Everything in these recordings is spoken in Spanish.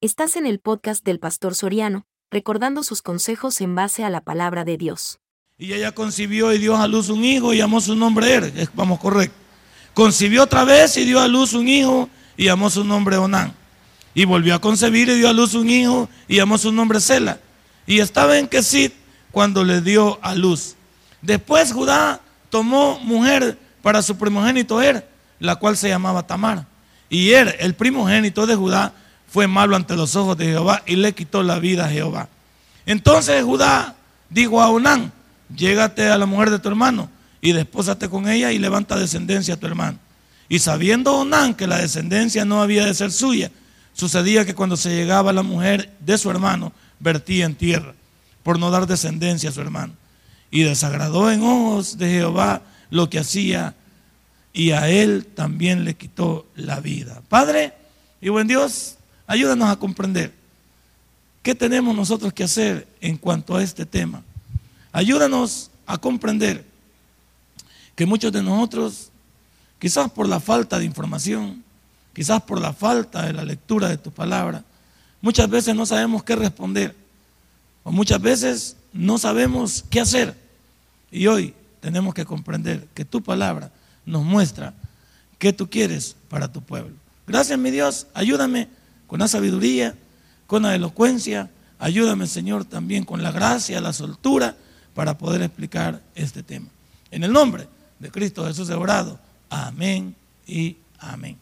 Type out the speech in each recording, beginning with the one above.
Estás en el podcast del Pastor Soriano, recordando sus consejos en base a la palabra de Dios. Y ella concibió y dio a luz un hijo y llamó su nombre Er. Vamos, correcto. Concibió otra vez y dio a luz un hijo y llamó su nombre Onán. Y volvió a concebir y dio a luz un hijo y llamó su nombre Sela. Y estaba en Kesit cuando le dio a luz. Después Judá tomó mujer para su primogénito Er, la cual se llamaba Tamar. Y Er, el primogénito de Judá, fue malo ante los ojos de Jehová y le quitó la vida a Jehová. Entonces Judá dijo a Onán: llégate a la mujer de tu hermano y despósate con ella y levanta descendencia a tu hermano. Y sabiendo Onán que la descendencia no había de ser suya, sucedía que cuando se llegaba a la mujer de su hermano, vertía en tierra, por no dar descendencia a su hermano. Y desagradó en ojos de Jehová lo que hacía, y a él también le quitó la vida. Padre y buen Dios, ayúdanos a comprender qué tenemos nosotros que hacer en cuanto a este tema. Ayúdanos a comprender que muchos de nosotros, quizás por la falta de información, quizás por la falta de la lectura de tu palabra, muchas veces no sabemos qué responder, o muchas veces no sabemos qué hacer. Y hoy tenemos que comprender que tu palabra nos muestra qué tú quieres para tu pueblo. Gracias, mi Dios, ayúdame con la sabiduría, con la elocuencia, ayúdame, Señor, también con la gracia, la soltura, para poder explicar este tema. En el nombre de Cristo Jesús he orado. Amén y amén.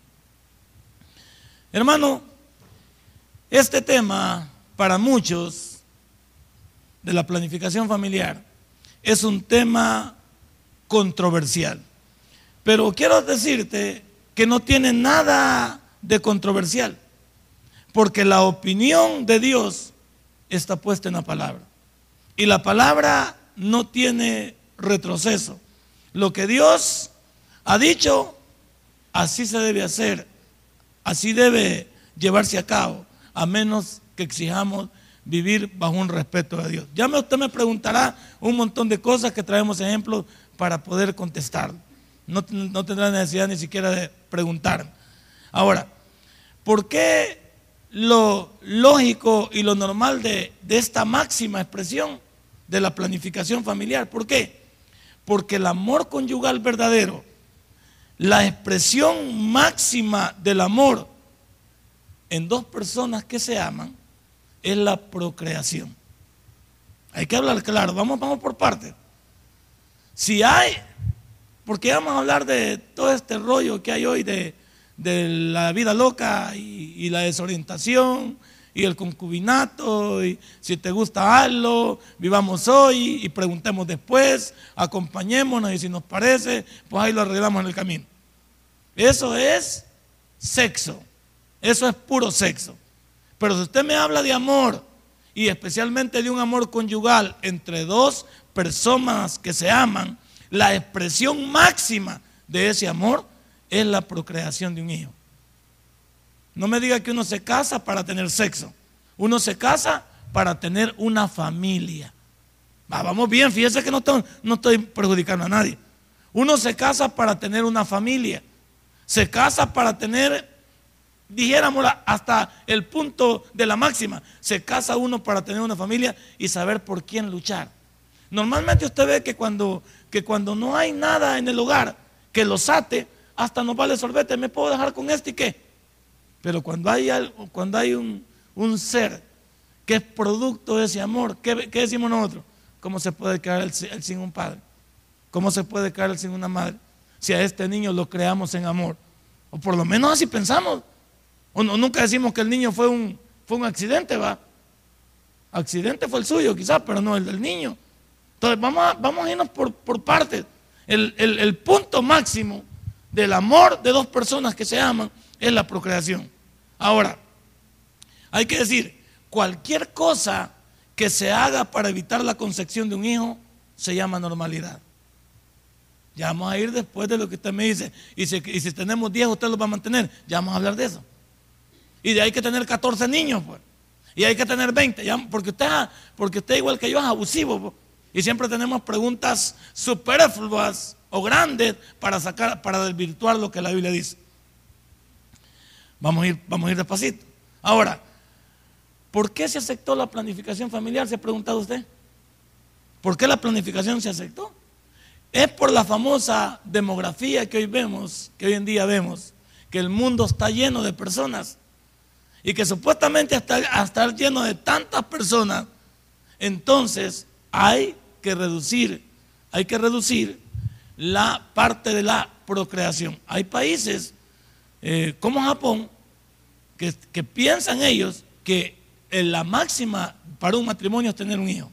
Hermano, este tema para muchos de la planificación familiar es un tema controversial. Pero quiero decirte que no tiene nada de controversial, porque la opinión de Dios está puesta en la palabra. Y la palabra no tiene retroceso. Lo que Dios ha dicho, así se debe hacer, así debe llevarse a cabo, a menos que exijamos vivir bajo un respeto de Dios. Ya usted me preguntará un montón de cosas que traemos ejemplos para poder contestar. No tendrá necesidad ni siquiera de preguntar. Ahora, ¿por qué lo lógico y lo normal de esta máxima expresión de la planificación familiar? ¿Por qué? Porque el amor conyugal verdadero, la expresión máxima del amor en dos personas que se aman, es la procreación. Hay que hablar claro, vamos por partes. Si hay, porque vamos a hablar de todo este rollo que hay hoy de la vida loca y la desorientación y el concubinato, y si te gusta hazlo, vivamos hoy y preguntemos después, acompañémonos y si nos parece, pues ahí lo arreglamos en el camino. Eso es sexo, eso es puro sexo. Pero si usted me habla de amor, y especialmente de un amor conyugal entre dos personas que se aman, la expresión máxima de ese amor es la procreación de un hijo. No me diga que uno se casa para tener sexo. Uno se casa para tener una familia. Vamos bien, fíjese que no estoy perjudicando a nadie. Uno se casa para tener una familia. Se casa para tener, dijéramos hasta el punto de la máxima, se casa uno para tener una familia y saber por quién luchar. Normalmente usted ve que cuando no hay nada en el hogar que los ate, hasta nos vale sorbete, me puedo dejar con este y qué. Pero cuando hay un ser que es producto de ese amor, ¿qué decimos nosotros? ¿Cómo se puede quedar él sin un padre? ¿Cómo se puede quedar él sin una madre? Si a este niño lo creamos en amor, o por lo menos así pensamos. O nunca decimos que el niño fue un accidente, ¿va? Accidente fue el suyo quizás, pero no el del niño. Entonces vamos a irnos por partes. El punto máximo del amor de dos personas que se aman es la procreación. Ahora, hay que decir, cualquier cosa que se haga para evitar la concepción de un hijo se llama normalidad. Ya vamos a ir después de lo que usted me dice. Y si tenemos 10, usted los va a mantener. Ya vamos a hablar de eso. Y de ahí hay que tener 14 niños, pues. Y hay que tener 20, ya, porque usted igual que yo es abusivo, pues. Y siempre tenemos preguntas superfluas o grandes para desvirtuar lo que la Biblia dice. Vamos a ir despacito. Ahora, ¿Por qué se aceptó la planificación familiar? ¿Se ha preguntado usted? ¿Por qué la planificación se aceptó? Es por la famosa demografía que hoy en día vemos, que el mundo está lleno de personas y que supuestamente hasta estar lleno de tantas personas, entonces hay que reducir la parte de la procreación. Hay países como Japón que piensan ellos que la máxima para un matrimonio es tener un hijo,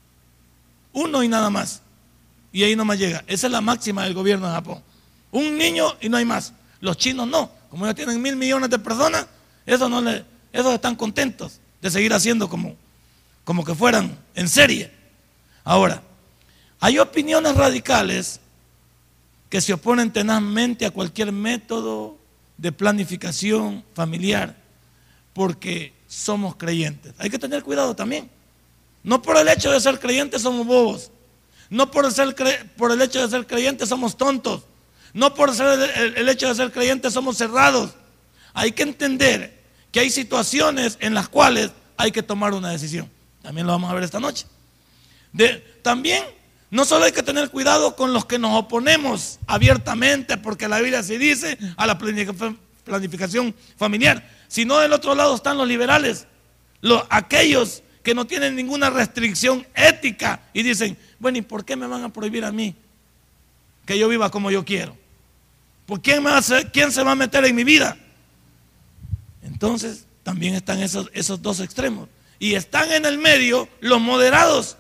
uno y nada más, y ahí no más llega. Esa es la máxima del gobierno de Japón, un niño y no hay más. Los chinos no, como ya tienen 1.000 millones de personas, esos están contentos de seguir haciendo como que fueran en serie. Ahora, hay opiniones radicales que se oponen tenazmente a cualquier método de planificación familiar porque somos creyentes. Hay que tener cuidado también. No por el hecho de ser creyentes somos bobos. No por el hecho de ser creyentes somos tontos. No por el hecho de ser creyentes somos cerrados. Hay que entender que hay situaciones en las cuales hay que tomar una decisión. También lo vamos a ver esta noche. También no solo hay que tener cuidado con los que nos oponemos abiertamente, porque la Biblia sí dice a la planificación familiar, sino del otro lado están los liberales, aquellos que no tienen ninguna restricción ética y dicen, bueno, ¿y por qué me van a prohibir a mí que yo viva como yo quiero? ¿Por quién se va a meter en mi vida? Entonces también están esos dos extremos. Y están en el medio los moderados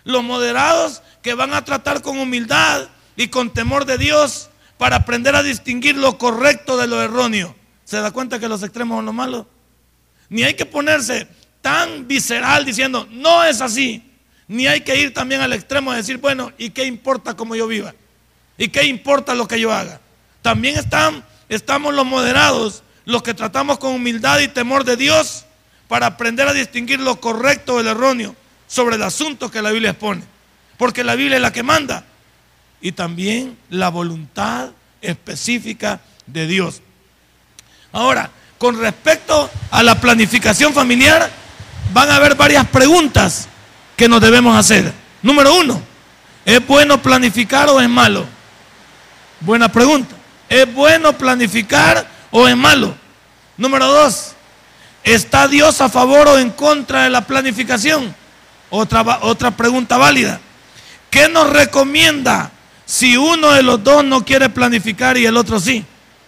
que van a tratar con humildad y con temor de Dios para aprender a distinguir lo correcto de lo erróneo. ¿Se da cuenta que los extremos son lo malo? Ni hay que ponerse tan visceral diciendo, no es así. Ni hay que ir también al extremo de decir, bueno, ¿y qué importa cómo yo viva? ¿Y qué importa lo que yo haga? También estamos los moderados, los que tratamos con humildad y temor de Dios para aprender a distinguir lo correcto del erróneo sobre el asunto que la Biblia expone. Porque la Biblia es la que manda. Y también la voluntad específica de Dios. Ahora, con respecto a la planificación familiar, van a haber varias preguntas que nos debemos hacer. Número 1, ¿es bueno planificar o es malo? Buena pregunta. ¿Es bueno planificar o es malo? Número 2, ¿está Dios a favor o en contra de la planificación? Otra pregunta válida. ¿Qué nos recomienda si uno de los dos no quiere planificar y el otro sí?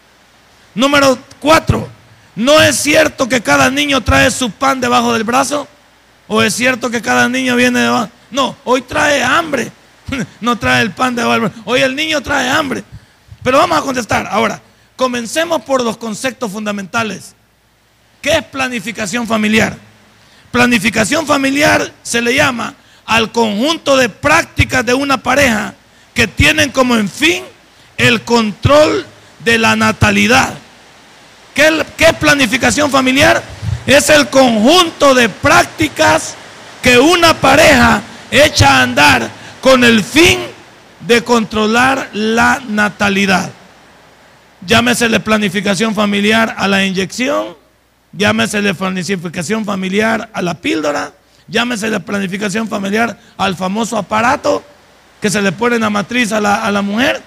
Número 4, ¿no es cierto que cada niño trae su pan debajo del brazo? ¿O es cierto que cada niño viene debajo? No, hoy trae hambre, no trae el pan debajo del brazo. Hoy el niño trae hambre. Pero vamos a contestar. Ahora, comencemos por los conceptos fundamentales. ¿Qué es planificación familiar? Planificación familiar se le llama al conjunto de prácticas de una pareja que tienen como en fin el control de la natalidad. ¿Qué es planificación familiar? Es el conjunto de prácticas que una pareja echa a andar con el fin de controlar la natalidad. Llámesele planificación familiar a la inyección, llámesele planificación familiar a la píldora, llámesele planificación familiar al famoso aparato que se le pone en la matriz a la mujer.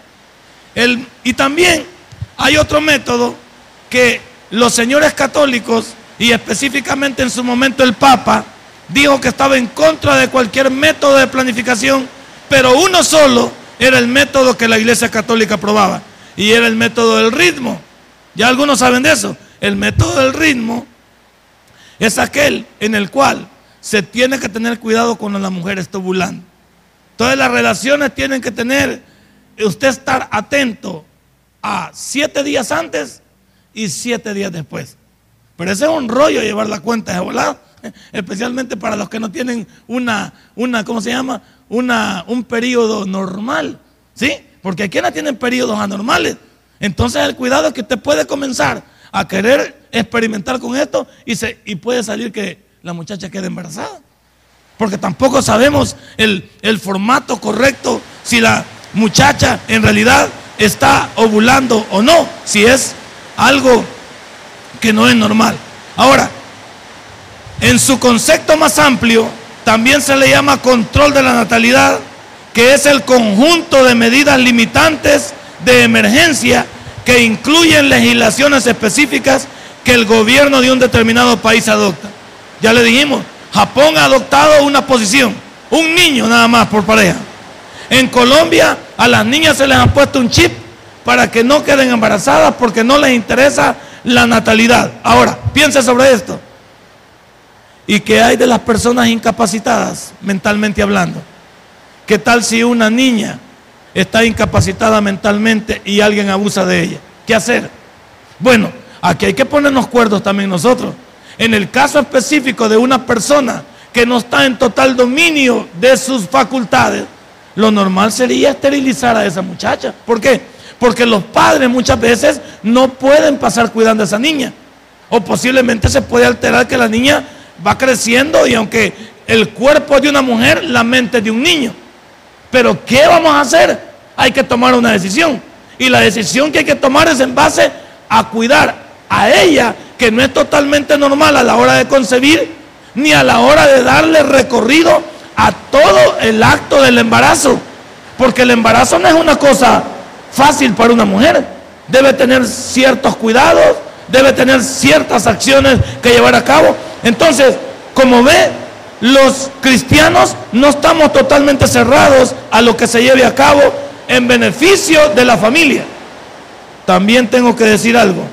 Y también hay otro método que los señores católicos, y específicamente en su momento el Papa, dijo que estaba en contra de cualquier método de planificación, pero uno solo era el método que la Iglesia Católica aprobaba, y era el método del ritmo. Ya algunos saben de eso. El método del ritmo es aquel en el cual se tiene que tener cuidado cuando la mujer está ovulando. Entonces las relaciones tienen que tener, usted estar atento a 7 días antes y 7 días después. Pero ese es un rollo llevar la cuenta de volado, especialmente para los que no tienen ¿cómo se llama? Un periodo normal, ¿sí? Porque hay quienes tienen periodos anormales. Entonces el cuidado es que usted puede comenzar a querer experimentar con esto y puede salir que la muchacha quede embarazada. Porque tampoco sabemos el formato correcto, si la muchacha en realidad está ovulando o no, si es algo que no es normal. Ahora, En su concepto más amplio, también se le llama control de la natalidad, que es el conjunto de medidas limitantes de emergencia que incluyen legislaciones específicas que el gobierno de un determinado país adopta. Ya le dijimos, Japón ha adoptado una posición, un niño nada más por pareja. En Colombia a las niñas se les ha puesto un chip para que no queden embarazadas porque no les interesa la natalidad. Ahora, piense sobre esto. ¿Y qué hay de las personas incapacitadas mentalmente hablando? ¿Qué tal si una niña está incapacitada mentalmente y alguien abusa de ella? ¿Qué hacer? Bueno, aquí hay que ponernos cuerdos también nosotros. En el caso específico de una persona que no está en total dominio de sus facultades, lo normal sería esterilizar a esa muchacha. ¿Por qué? Porque los padres muchas veces no pueden pasar cuidando a esa niña. O posiblemente se puede alterar que la niña va creciendo y aunque el cuerpo es de una mujer, la mente es de un niño. Pero ¿qué vamos a hacer? Hay que tomar una decisión. Y la decisión que hay que tomar es en base a cuidar a ella, que no es totalmente normal a la hora de concebir, ni a la hora de darle recorrido a todo el acto del embarazo. Porque el embarazo no es una cosa fácil para una mujer. Debe tener ciertos cuidados, debe tener ciertas acciones que llevar a cabo. Entonces, como ve, los cristianos no estamos totalmente cerrados a lo que se lleve a cabo en beneficio de la familia. También tengo que decir algo.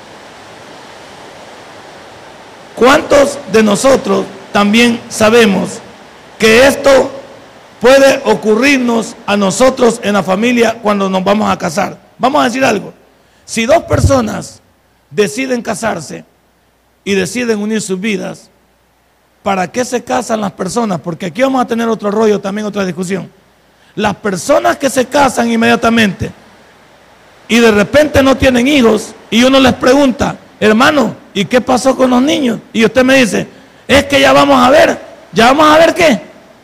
¿Cuántos de nosotros también sabemos que esto puede ocurrirnos a nosotros en la familia cuando nos vamos a casar? Vamos a decir algo. Si dos personas deciden casarse y deciden unir sus vidas, ¿para qué se casan las personas? Porque aquí vamos a tener otro rollo, también otra discusión. Las personas que se casan inmediatamente y de repente no tienen hijos y uno les pregunta, hermano, ¿y qué pasó con los niños? Y usted me dice, es que ya vamos a ver qué.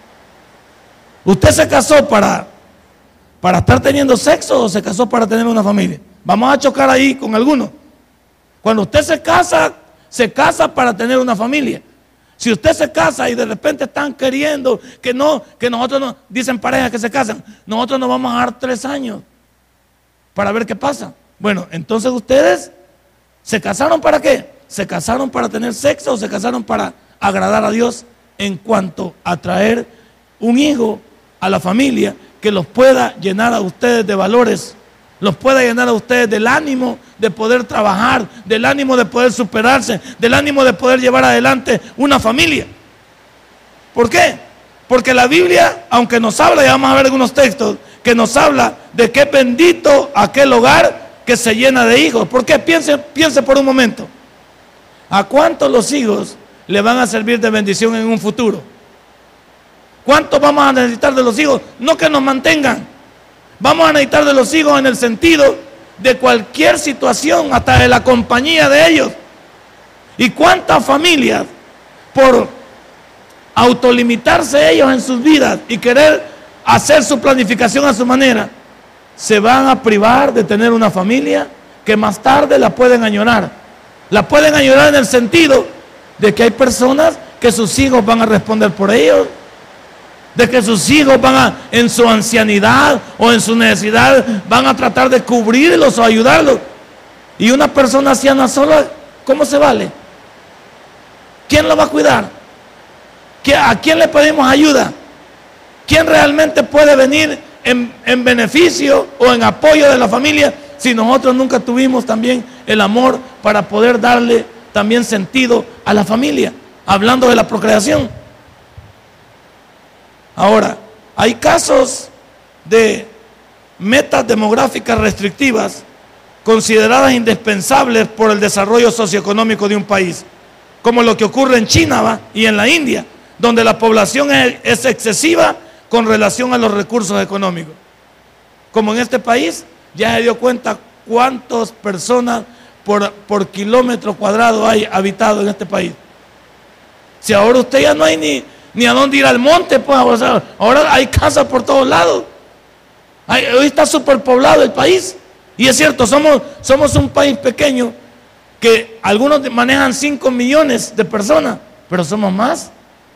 ¿Usted se casó para estar teniendo sexo o se casó para tener una familia? Vamos a chocar ahí con alguno. Cuando usted se casa para tener una familia. Si usted se casa y de repente están queriendo que nosotros no, dicen parejas que se casan, nosotros nos vamos a dar 3 años para ver qué pasa. Bueno, entonces ustedes ¿se casaron para qué? ¿Se casaron para tener sexo o se casaron para agradar a Dios en cuanto a traer un hijo a la familia que los pueda llenar a ustedes de valores, los pueda llenar a ustedes del ánimo de poder trabajar, del ánimo de poder superarse, del ánimo de poder llevar adelante una familia? ¿Por qué? Porque la Biblia, aunque nos habla, ya vamos a ver algunos textos, que nos habla de que es bendito aquel hogar que se llena de hijos. ¿Por qué? Piense por un momento. ¿A cuántos los hijos le van a servir de bendición en un futuro? ¿Cuántos vamos a necesitar de los hijos? No que nos mantengan. Vamos a necesitar de los hijos en el sentido de cualquier situación, hasta de la compañía de ellos. ¿Y cuántas familias, por autolimitarse ellos en sus vidas y querer hacer su planificación a su manera, se van a privar de tener una familia que más tarde la pueden añorar? La pueden añorar en el sentido de que hay personas que sus hijos van a responder por ellos, de que sus hijos en su ancianidad o en su necesidad, van a tratar de cubrirlos o ayudarlos. Y una persona anciana sola, ¿cómo se vale? ¿Quién lo va a cuidar? ¿A quién le pedimos ayuda? ¿Quién realmente puede venir en beneficio o en apoyo de la familia si nosotros nunca tuvimos también el amor para poder darle también sentido a la familia? Hablando de la procreación. Ahora, hay casos de metas demográficas restrictivas consideradas indispensables por el desarrollo socioeconómico de un país, como lo que ocurre en China y en la India, donde la población es excesiva con relación a los recursos económicos. Como en este país, ya se dio cuenta cuántas personas por kilómetro cuadrado hay habitado en este país. Si ahora usted ya no hay ni a dónde ir al monte, pues ahora hay casas por todos lados. Hoy está superpoblado el país. Y es cierto, somos un país pequeño que algunos manejan 5 millones de personas, pero somos más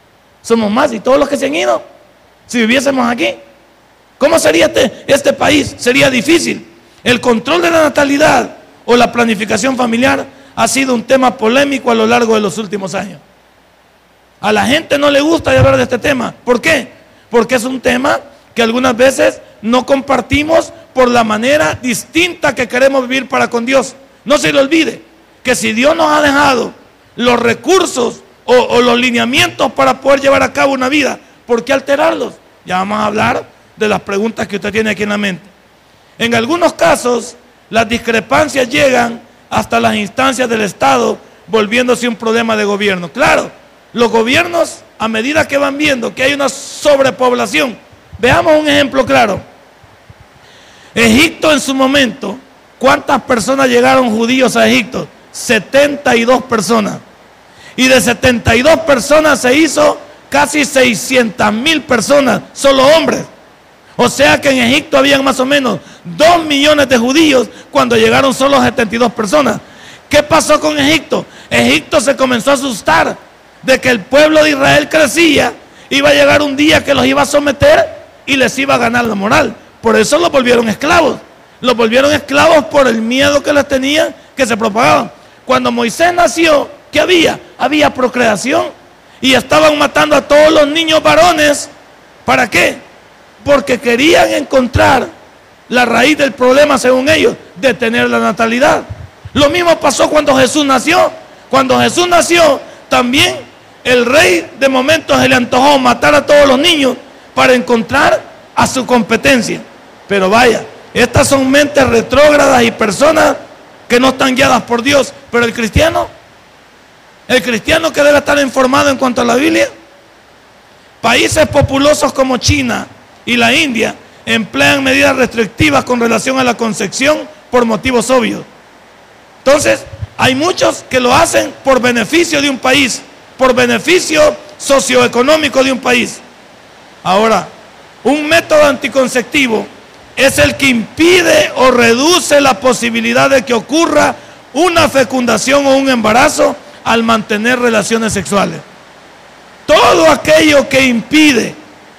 y todos los que se han ido, si viviésemos aquí, ¿cómo sería este país? Sería difícil. El control de la natalidad o la planificación familiar ha sido un tema polémico a lo largo de los últimos años. A la gente no le gusta hablar de este tema. ¿Por qué? Porque es un tema que algunas veces no compartimos por la manera distinta que queremos vivir para con Dios. No se le olvide que si Dios nos ha dejado los recursos o los lineamientos para poder llevar a cabo una vida, ¿por qué alterarlos? Ya vamos a hablar de las preguntas que usted tiene aquí en la mente. En algunos casos, las discrepancias llegan hasta las instancias del Estado, volviéndose un problema de gobierno. Claro, los gobiernos, a medida que van viendo que hay una sobrepoblación, veamos un ejemplo claro. Egipto en su momento, ¿cuántas personas llegaron judíos a Egipto? 72 personas. Y de 72 personas se hizo casi 600,000 personas, solo hombres. O sea que en Egipto habían más o menos 2 millones de judíos cuando llegaron solo 72 personas. ¿Qué pasó con Egipto? Egipto se comenzó a asustar de que el pueblo de Israel crecía, iba a llegar un día que los iba a someter y les iba a ganar la moral. Por eso los volvieron esclavos. Los volvieron esclavos por el miedo que les tenían, que se propagaban. Cuando Moisés nació, ¿qué había? Había procreación. Y estaban matando a todos los niños varones. ¿Para qué? Porque querían encontrar la raíz del problema, según ellos, detener la natalidad. Lo mismo pasó cuando Jesús nació. Cuando Jesús nació, también el rey de momento se le antojó matar a todos los niños para encontrar a su competencia. Pero vaya, estas son mentes retrógradas y personas que no están guiadas por Dios. Pero el cristiano que debe estar informado en cuanto a la Biblia, países populosos como China y la India emplean medidas restrictivas con relación a la concepción por motivos obvios. Entonces, hay muchos que lo hacen por beneficio de un país, por beneficio socioeconómico de un país. Ahora, un método anticonceptivo es el que impide o reduce la posibilidad de que ocurra una fecundación o un embarazo al mantener relaciones sexuales. Todo aquello que impide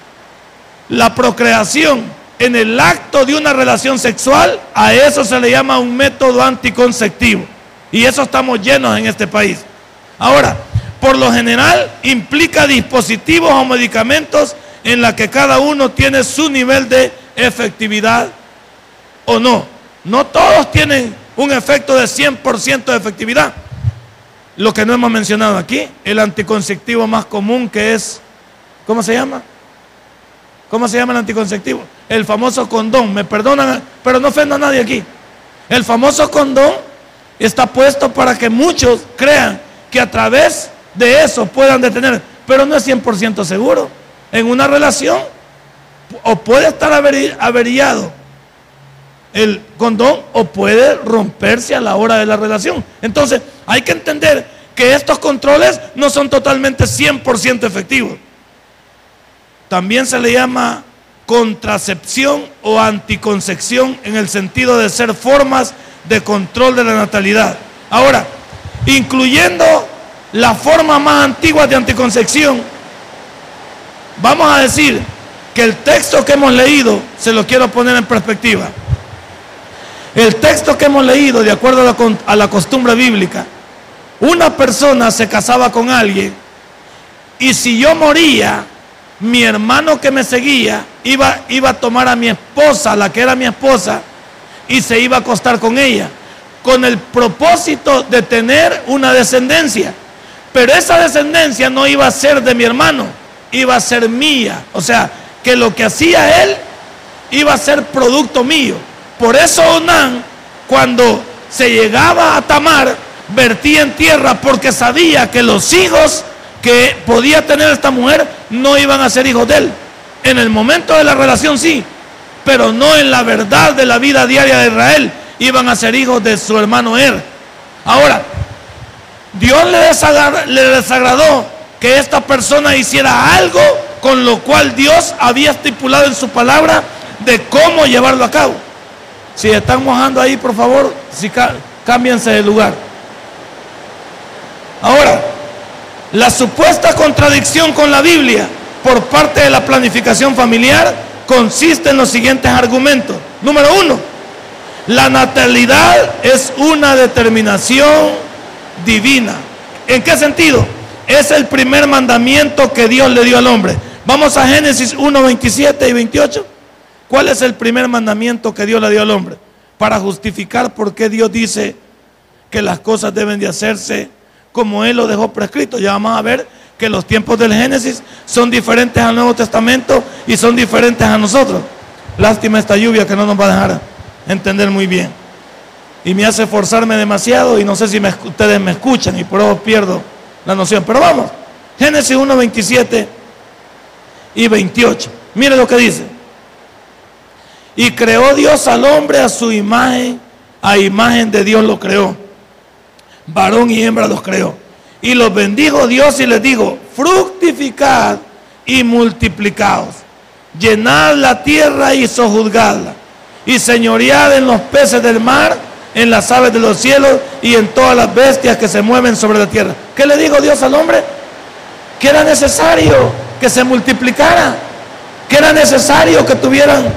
la procreación en el acto de una relación sexual, a eso se le llama un método anticonceptivo. Y eso estamos llenos en este país. Ahora, por lo general implica dispositivos o medicamentos en la que cada uno tiene su nivel de efectividad o no. No todos tienen un efecto de 100% de efectividad. Lo que no hemos mencionado aquí, el anticonceptivo más común, que es, ¿cómo se llama? ¿Cómo se llama el anticonceptivo? El famoso condón. Me perdonan, pero no ofendo a nadie aquí. El famoso condón está puesto para que muchos crean que a través de eso puedan detener, pero no es 100% seguro. En una relación, o puede estar averiado el condón, o puede romperse a la hora de la relación. Entonces, hay que entender que estos controles no son totalmente 100% efectivos. También se le llama contracepción o anticoncepción en el sentido de ser formas de control de la natalidad. Ahora, incluyendo las formas más antiguas de anticoncepción, vamos a decir que el texto que hemos leído, se lo quiero poner en perspectiva. El texto que hemos leído, de acuerdo a la costumbre bíblica, una persona se casaba con alguien y si yo moría, mi hermano que me seguía iba a tomar a mi esposa, la que era mi esposa, y se iba a acostar con ella, con el propósito de tener una descendencia. Pero esa descendencia no iba a ser de mi hermano, iba a ser mía. O sea, que lo que hacía él iba a ser producto mío. Por eso Onán, cuando se llegaba a Tamar, vertía en tierra, porque sabía que los hijos que podía tener esta mujer no iban a ser hijos de él. En el momento de la relación sí, pero no en la verdad de la vida diaria de Israel. Iban a ser hijos de su hermano Er. Ahora, Dios le desagradó que esta persona hiciera algo con lo cual Dios había estipulado en su palabra de cómo llevarlo a cabo. Si están mojando ahí, por favor, cámbiense de lugar. Ahora, La supuesta contradicción con la Biblia por parte de la planificación familiar consiste en los siguientes argumentos. Número 1, la natalidad es una determinación divina. ¿En qué sentido? Es el primer mandamiento que Dios le dio al hombre. Vamos a Génesis 1, 27 y 28. ¿Cuál es el primer mandamiento que Dios le dio al hombre? Para justificar por qué Dios dice que las cosas deben de hacerse como Él lo dejó prescrito. Ya vamos a ver que los tiempos del Génesis son diferentes al Nuevo Testamento y son diferentes a nosotros. Lástima esta lluvia que no nos va a dejar entender muy bien. Y me hace forzarme demasiado y no sé si ustedes me escuchan y por eso pierdo la noción. Pero vamos, Génesis 1, 27 y 28. Mire lo que dice. Y creó Dios al hombre a su imagen, a imagen de Dios lo creó. Varón y hembra los creó. Y los bendijo Dios y les dijo: fructificad y multiplicaos, llenad la tierra y sojuzgadla, y señoread en los peces del mar, en las aves de los cielos y en todas las bestias que se mueven sobre la tierra. ¿Qué le dijo Dios al hombre? Que era necesario que se multiplicara, que era necesario que tuvieran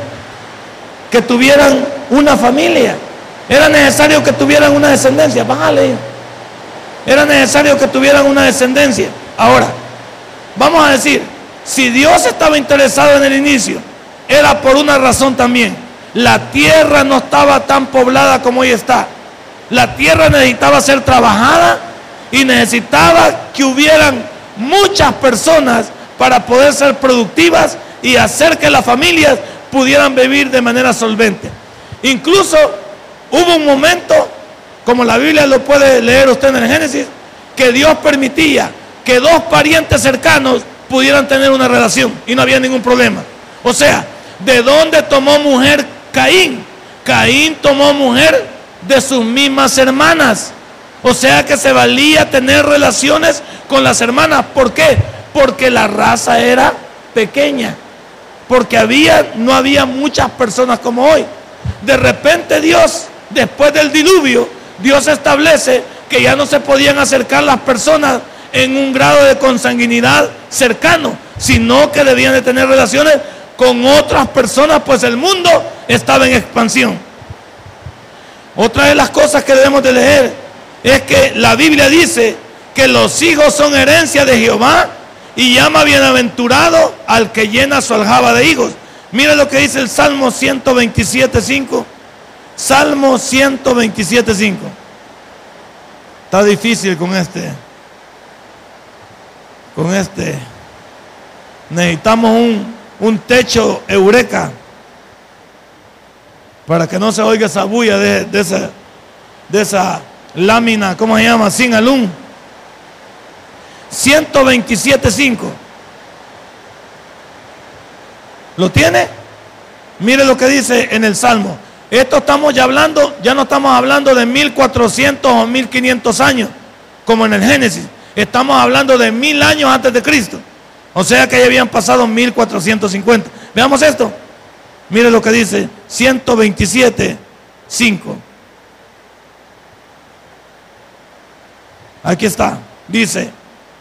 una familia, era necesario que tuvieran una descendencia. Bájale. Era necesario que tuvieran una descendencia. Ahora, vamos a decir, si Dios estaba interesado en el inicio, era por una razón también. La tierra no estaba tan poblada como hoy está. La tierra necesitaba ser trabajada y necesitaba que hubieran muchas personas para poder ser productivas y hacer que las familias pudieran vivir de manera solvente. Incluso hubo un momento, como la Biblia lo puede leer usted en el Génesis, que Dios permitía que dos parientes cercanos pudieran tener una relación y no había ningún problema. O sea, ¿de dónde tomó mujer Caín? Caín tomó mujer de sus mismas hermanas. O sea que se valía tener relaciones con las hermanas. ¿Por qué? Porque la raza era pequeña. Porque no había muchas personas como hoy. De repente Dios, después del diluvio, Dios establece que ya no se podían acercar las personas en un grado de consanguinidad cercano, sino que debían de tener relaciones con otras personas, pues el mundo estaba en expansión. Otra de las cosas que debemos de leer es que la Biblia dice que los hijos son herencia de Jehová y llama bienaventurado al que llena su aljaba de hijos. Mire lo que dice el Salmo 127.5. Salmo 127.5. Está difícil con este. Necesitamos un techo eureka para que no se oiga esa bulla de esa lámina, ¿cómo se llama? Sin alum. 127.5. ¿Lo tiene? Mire lo que dice en el Salmo. Esto estamos ya no estamos hablando de 1400 o 1500 años, como en el Génesis. Estamos hablando de 1000 años antes de Cristo. O sea que ya habían pasado 1450. Veamos esto. Mire lo que dice 127.5. Aquí está. Dice: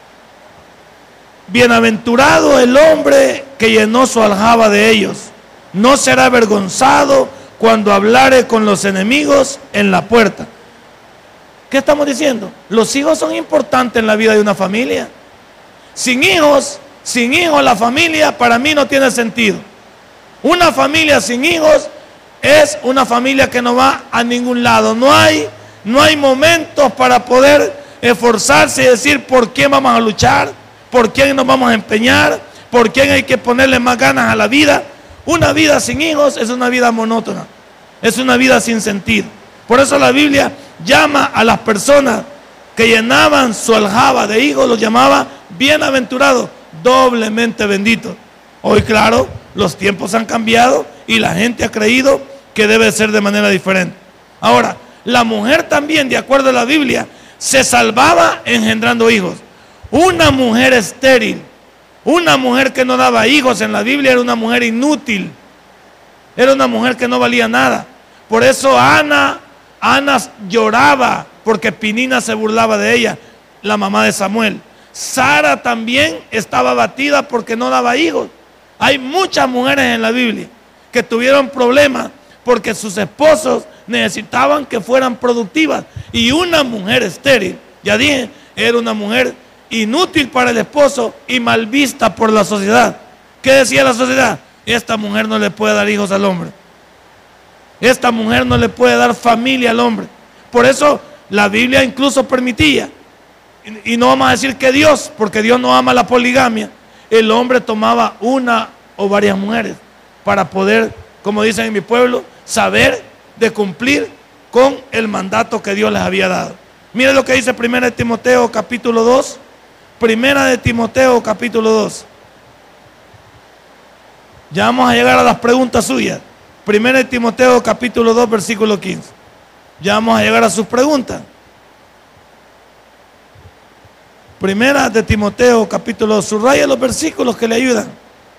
bienaventurado el hombre que llenó su aljaba de ellos. No será avergonzado cuando hablare con los enemigos en la puerta. ¿Qué estamos diciendo? Los hijos son importantes en la vida de una familia. Sin hijos, la familia para mí no tiene sentido. Una familia sin hijos es una familia que no va a ningún lado. No hay momentos para poder esforzarse y decir por quién vamos a luchar, por quién nos vamos a empeñar, por quién hay que ponerle más ganas a la vida. Una vida sin hijos es una vida monótona, es una vida sin sentido. Por eso la Biblia llama a las personas que llenaban su aljaba de hijos, los llamaba bienaventurados, doblemente benditos. Hoy, claro, los tiempos han cambiado y la gente ha creído que debe ser de manera diferente. Ahora, la mujer también, de acuerdo a la Biblia, se salvaba engendrando hijos. Una mujer estéril, una mujer que no daba hijos en la Biblia era una mujer inútil, era una mujer que no valía nada. Por eso Ana lloraba porque Penina se burlaba de ella, la mamá de Samuel. Sara también estaba abatida porque no daba hijos. Hay muchas mujeres en la Biblia que tuvieron problemas porque sus esposos necesitaban que fueran productivas. Y una mujer estéril, ya dije, era una mujer inútil para el esposo y mal vista por la sociedad. ¿Qué decía la sociedad? Esta mujer no le puede dar hijos al hombre. Esta mujer no le puede dar familia al hombre. Por eso la Biblia incluso permitía, y no vamos a decir que Dios, porque Dios no ama la poligamia, el hombre tomaba una o varias mujeres para poder, como dicen en mi pueblo, saber de cumplir con el mandato que Dios les había dado. Mire lo que dice 1 Timoteo capítulo 2. 1 Timoteo capítulo 2. Ya vamos a llegar a las preguntas suyas. 1 Timoteo capítulo 2 versículo 15. Ya vamos a llegar a sus preguntas. 1 Timoteo capítulo 2. Subraya los versículos que le ayudan.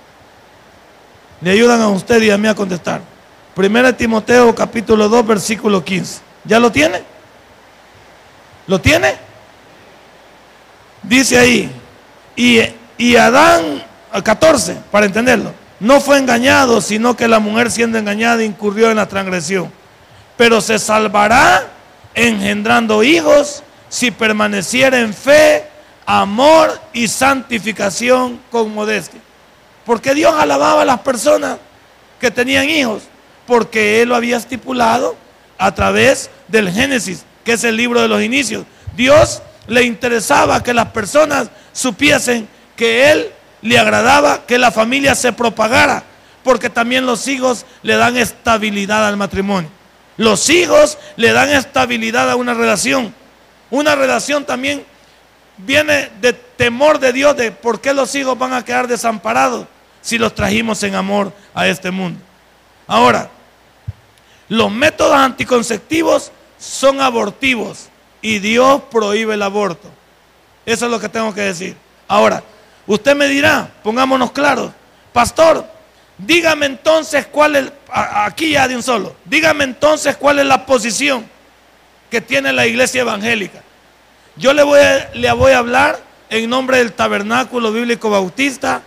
Le ayudan a usted y a mí a contestar. 1 Timoteo capítulo 2 versículo 15. ¿Ya lo tiene? ¿Lo tiene? Dice ahí, y Adán, 14, para entenderlo, no fue engañado, sino que la mujer siendo engañada incurrió en la transgresión. Pero se salvará engendrando hijos si permaneciera en fe, amor y santificación con modestia. ¿Por qué Dios alababa a las personas que tenían hijos? Porque Él lo había estipulado a través del Génesis, que es el libro de los inicios. Dios le interesaba que las personas supiesen que Él le agradaba que la familia se propagara, porque también los hijos le dan estabilidad al matrimonio. Los hijos le dan estabilidad a una relación. Una relación también viene de temor de Dios, de por qué los hijos van a quedar desamparados si los trajimos en amor a este mundo. Ahora, los métodos anticonceptivos son abortivos y Dios prohíbe el aborto. Eso es lo que tengo que decir. Ahora, usted me dirá, pongámonos claros, pastor, dígame entonces cuál es, aquí ya de un solo, dígame entonces cuál es la posición que tiene la iglesia evangélica. Yo le voy a hablar en nombre del Tabernáculo Bíblico Bautista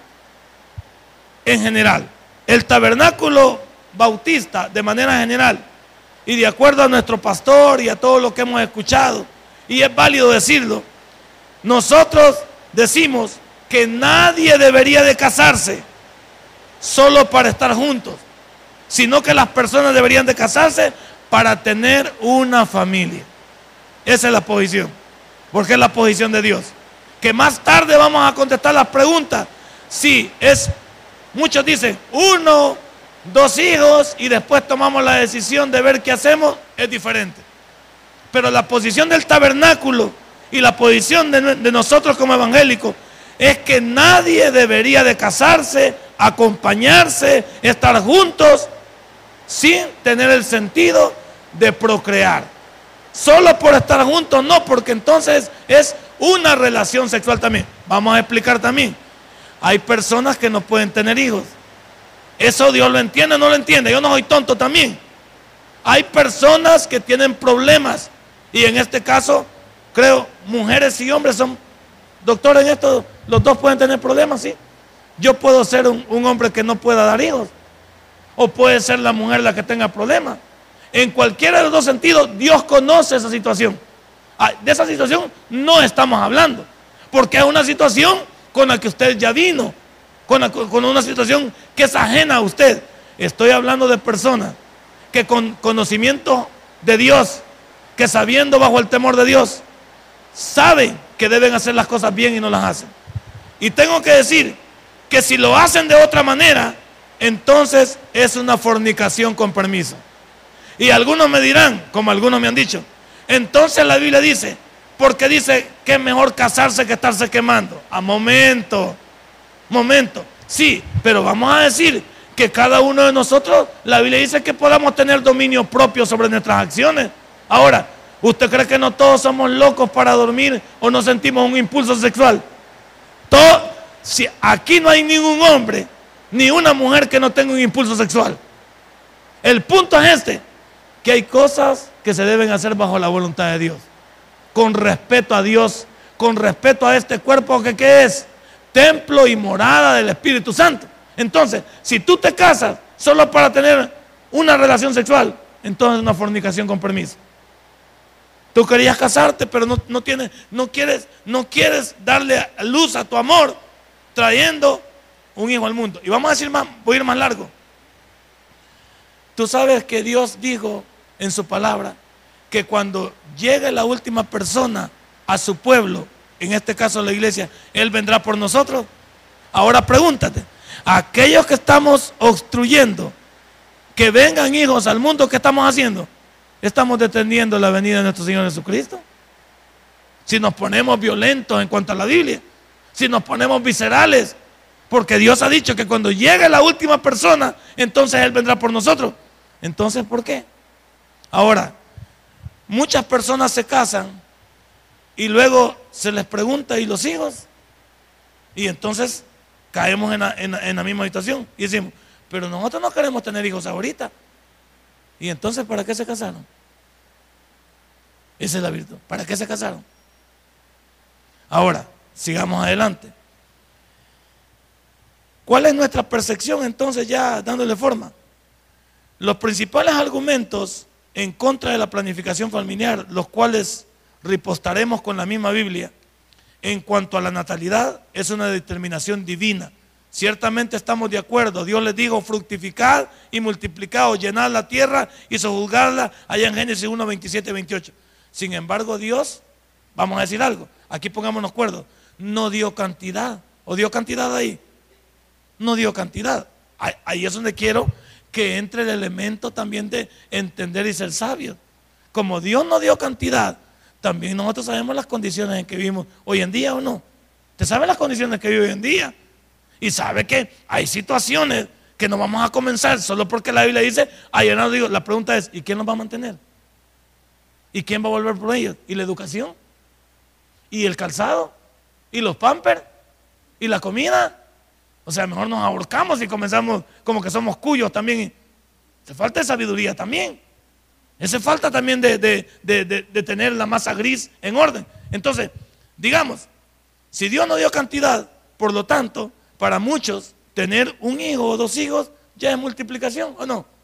en general. El Tabernáculo Bautista, de manera general, y de acuerdo a nuestro pastor y a todo lo que hemos escuchado, y es válido decirlo, nosotros decimos que nadie debería de casarse solo para estar juntos, sino que las personas deberían de casarse para tener una familia. Esa es la posición, porque es la posición de Dios. Que más tarde vamos a contestar las preguntas. Sí, muchos dicen 1, 2 hijos y después tomamos la decisión de ver qué hacemos, es diferente. Pero la posición del tabernáculo y la posición de nosotros como evangélicos es que nadie debería de casarse, acompañarse, estar juntos sin tener el sentido de procrear. Solo por estar juntos no, porque entonces es una relación sexual también. Vamos a explicar también. Hay personas que no pueden tener hijos. Eso Dios lo entiende o no lo entiende. Yo no soy tonto también. Hay personas que tienen problemas. Y en este caso, creo, mujeres y hombres son doctores en esto. Los dos pueden tener problemas, sí. Yo puedo ser un hombre que no pueda dar hijos. O puede ser la mujer la que tenga problemas. En cualquiera de los dos sentidos, Dios conoce esa situación. De esa situación no estamos hablando. Porque es una situación con la que usted ya vino. Con una situación que es ajena a usted. Estoy hablando de personas que con conocimiento de Dios, que sabiendo bajo el temor de Dios, saben que deben hacer las cosas bien y no las hacen. Y tengo que decir que si lo hacen de otra manera, entonces es una fornicación con permiso. Y algunos me dirán, como algunos me han dicho, entonces la Biblia dice, porque dice que es mejor casarse que estarse quemando. Momento. Sí, pero vamos a decir que cada uno de nosotros, la Biblia dice que podamos tener dominio propio sobre nuestras acciones. Ahora, ¿usted cree que no todos somos locos para dormir o no sentimos un impulso sexual? Si aquí no hay ningún hombre ni una mujer que no tenga un impulso sexual. El punto es que hay cosas que se deben hacer bajo la voluntad de Dios, con respeto a Dios, con respeto a este cuerpo que ¿qué es? Templo y morada del Espíritu Santo. Entonces, si tú te casas solo para tener una relación sexual, entonces es una fornicación con permiso. Tú querías casarte, pero no quieres darle luz a tu amor trayendo un hijo al mundo. Y vamos a decir más, voy a ir más largo. Tú sabes que Dios dijo en su palabra que cuando llegue la última persona a su pueblo, en este caso la iglesia, Él vendrá por nosotros. Ahora pregúntate, aquellos que estamos obstruyendo que vengan hijos al mundo, ¿qué estamos haciendo? Estamos deteniendo la venida de nuestro Señor Jesucristo. Si nos ponemos violentos en cuanto a la Biblia, si nos ponemos viscerales, porque Dios ha dicho que cuando llegue la última persona, entonces Él vendrá por nosotros. Entonces, ¿por qué? Ahora, muchas personas se casan y luego se les pregunta, ¿y los hijos? Y entonces caemos en la misma situación y decimos, pero nosotros no queremos tener hijos ahorita. Y entonces, ¿para qué se casaron? Esa es la virtud. ¿Para qué se casaron? Ahora, sigamos adelante. ¿Cuál es nuestra percepción entonces, ya dándole forma? Los principales argumentos en contra de la planificación familiar, los cuales ripostaremos con la misma Biblia, en cuanto a la natalidad, es una determinación divina. Ciertamente estamos de acuerdo. Dios les dijo, fructificad y multiplicad, llenad la tierra y sojuzgadla, allá en Génesis 1, 27, 28. Sin embargo, Dios, vamos a decir algo, aquí pongámonos acuerdo, no dio cantidad. ¿O dio cantidad ahí? No dio cantidad. Ahí es donde quiero que entre el elemento también de entender y ser sabios. Como Dios no dio cantidad, también nosotros sabemos las condiciones en que vivimos hoy en día, ¿o no? ¿Usted sabe las condiciones que vive hoy en día? Y sabe que hay situaciones que no vamos a comenzar solo porque la Biblia dice, ayer no digo, la pregunta es, ¿y quién nos va a mantener? ¿Y quién va a volver por ellos? ¿Y la educación? ¿Y el calzado? ¿Y los pampers? ¿Y la comida? O sea, mejor nos ahorcamos y comenzamos como que somos cuyos también. Hace falta de sabiduría también. Hace falta también de tener la masa gris en orden. Entonces, digamos, si Dios no dio cantidad, por lo tanto, para muchos, tener un hijo o dos hijos ya es multiplicación, ¿o no?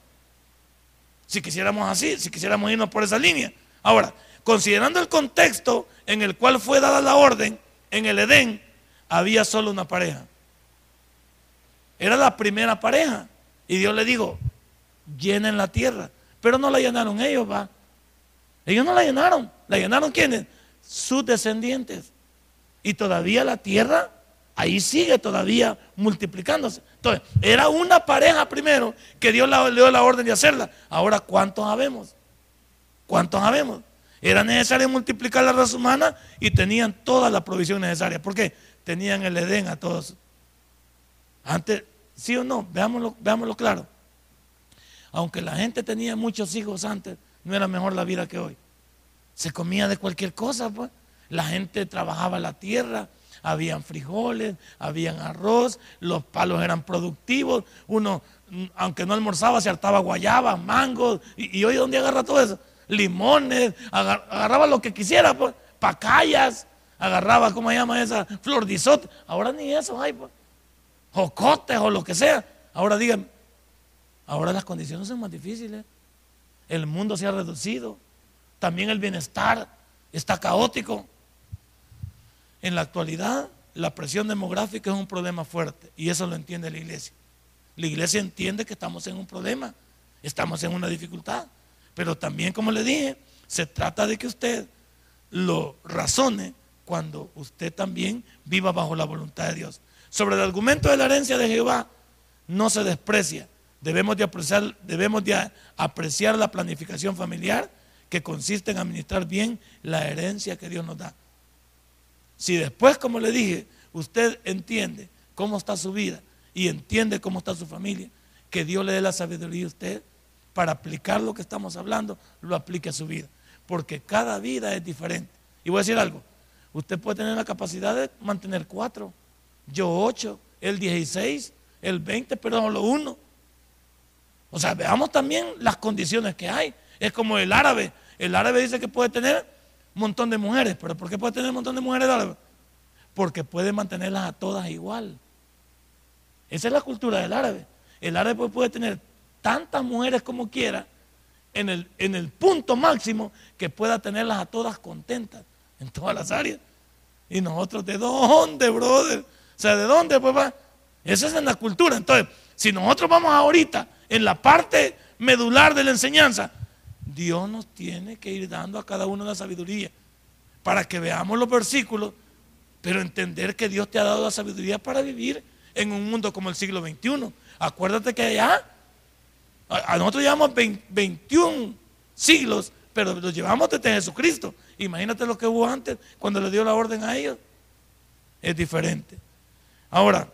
Si quisiéramos así, si quisiéramos irnos por esa línea. Ahora, considerando el contexto en el cual fue dada la orden, en el Edén había solo una pareja. Era la primera pareja. Y Dios le dijo, llenen la tierra. Pero no la llenaron ellos, va. Ellos no la llenaron. ¿La llenaron quiénes? Sus descendientes. Y todavía la tierra ahí sigue todavía multiplicándose. Entonces, era una pareja primero que Dios le dio la orden de hacerla. Ahora, ¿cuántos habemos? ¿Cuántos habemos? Era necesario multiplicar la raza humana y tenían toda la provisión necesaria. ¿Por qué? Tenían el Edén a todos. Antes, ¿sí o no? Veámoslo claro. Aunque la gente tenía muchos hijos antes, no era mejor la vida que hoy. Se comía de cualquier cosa, pues. La gente trabajaba la tierra, habían frijoles, habían arroz, los palos eran productivos. Uno, aunque no almorzaba, se hartaba guayabas, mangos. ¿Y hoy dónde agarra todo eso? Limones, agarraba lo que quisiera, pues. Pacayas, agarraba, ¿cómo se llama esa? Flor de isote. Ahora ni eso hay, pues. Jocotes o lo que sea. Ahora díganme, ahora las condiciones son más difíciles. El mundo se ha reducido. También el bienestar está caótico. En la actualidad, la presión demográfica es un problema fuerte y eso lo entiende la iglesia. La iglesia entiende que estamos en un problema, estamos en una dificultad, pero también, como le dije, se trata de que usted lo razone cuando usted también viva bajo la voluntad de Dios. Sobre el argumento de la herencia de Jehová, no se desprecia. Debemos de apreciar la planificación familiar que consiste en administrar bien la herencia que Dios nos da. Si después, como le dije, usted entiende cómo está su vida y entiende cómo está su familia, que Dios le dé la sabiduría a usted para aplicar lo que estamos hablando, lo aplique a su vida. Porque cada vida es diferente. Y voy a decir algo, usted puede tener la capacidad de mantener 4, yo 8, él 16, el 20, pero solo 1. O sea, veamos también las condiciones que hay. Es como el árabe dice que puede tener un montón de mujeres. ¿Pero por qué puede tener un montón de mujeres árabes? Porque puede mantenerlas a todas igual. Esa es la cultura del árabe. El árabe puede tener tantas mujeres como quiera en el punto máximo que pueda tenerlas a todas contentas en todas las áreas. Y nosotros, ¿de dónde, brother? O sea, ¿de dónde, papá? Esa es en la cultura. Entonces, si nosotros vamos ahorita en la parte medular de la enseñanza, Dios nos tiene que ir dando a cada uno la sabiduría para que veamos los versículos, pero entender que Dios te ha dado la sabiduría para vivir en un mundo como el siglo XXI. Acuérdate que allá, a nosotros llevamos 21 siglos, pero los llevamos desde Jesucristo. Imagínate lo que hubo antes, cuando le dio la orden a ellos. Es diferente. Ahora,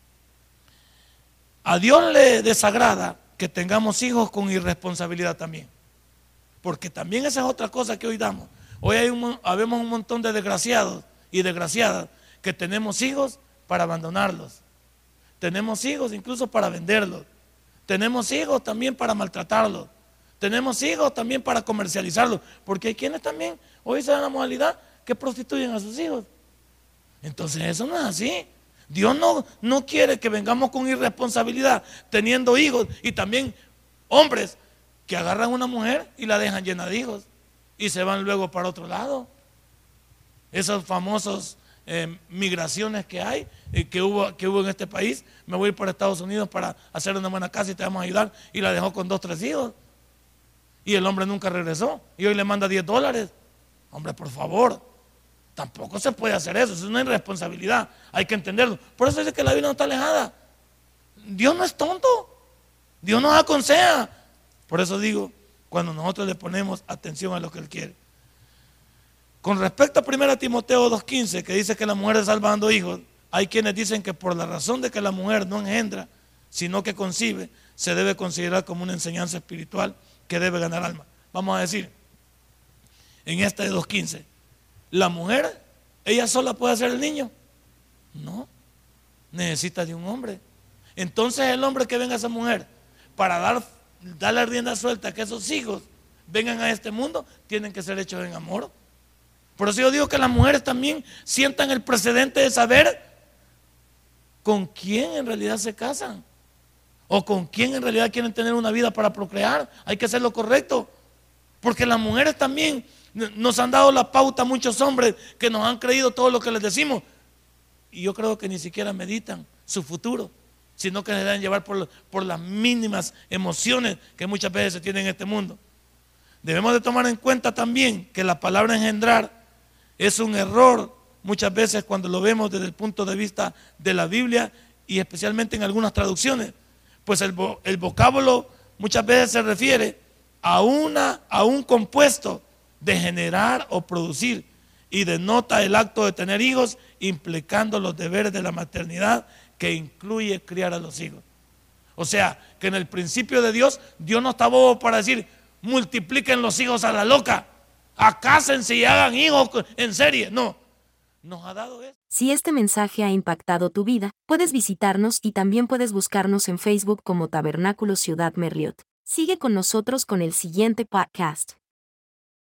a Dios le desagrada que tengamos hijos con irresponsabilidad también. Porque también esa es otra cosa que hoy damos. Hoy habemos un montón de desgraciados y desgraciadas que tenemos hijos para abandonarlos. Tenemos hijos incluso para venderlos. Tenemos hijos también para maltratarlos. Tenemos hijos también para comercializarlos. Porque hay quienes también hoy se dan la modalidad que prostituyen a sus hijos. Entonces eso no es así. Dios no quiere que vengamos con irresponsabilidad teniendo hijos, y también hombres que agarran a una mujer y la dejan llena de hijos y se van luego para otro lado. Esos famosos migraciones que hay, que hubo en este país. Me voy a ir para Estados Unidos para hacer una buena casa y te vamos a ayudar, y la dejó con 2, 3 hijos y el hombre nunca regresó y hoy le manda $10. Hombre, por favor, tampoco se puede hacer eso. Es una irresponsabilidad, hay que entenderlo. Por eso dice que la Biblia no está alejada. Dios no es tonto, Dios nos aconseja. Por eso digo, cuando nosotros le ponemos atención a lo que Él quiere. Con respecto a 1 Timoteo 2:15, que dice que la mujer es salva dando hijos, hay quienes dicen que por la razón de que la mujer no engendra, sino que concibe, se debe considerar como una enseñanza espiritual que debe ganar alma. Vamos a decir, en esta de 2:15, la mujer, ella sola puede hacer el niño. No, necesita de un hombre. Entonces el hombre que venga a esa mujer para darle rienda suelta a que esos hijos vengan a este mundo, tienen que ser hechos en amor. Por eso yo digo que las mujeres también sientan el precedente de saber con quién en realidad se casan o con quién en realidad quieren tener una vida para procrear. Hay que hacer lo correcto, porque las mujeres también nos han dado la pauta a muchos hombres que nos han creído todo lo que les decimos, y yo creo que ni siquiera meditan su futuro, sino que se dejan llevar por las mínimas emociones que muchas veces se tienen en este mundo. Debemos de tomar en cuenta también que la palabra engendrar es un error muchas veces cuando lo vemos desde el punto de vista de la Biblia, y especialmente en algunas traducciones, pues el vocábulo muchas veces se refiere a un compuesto de generar o producir, y denota el acto de tener hijos, implicando los deberes de la maternidad, que incluye criar a los hijos. O sea, que en el principio de Dios no está bobo para decir multipliquen los hijos a la loca, acásense y hagan hijos en serie. No, nos ha dado eso. Si este mensaje ha impactado tu vida, puedes visitarnos y también puedes buscarnos en Facebook como Tabernáculo Ciudad Merliot. Sigue con nosotros con el siguiente podcast.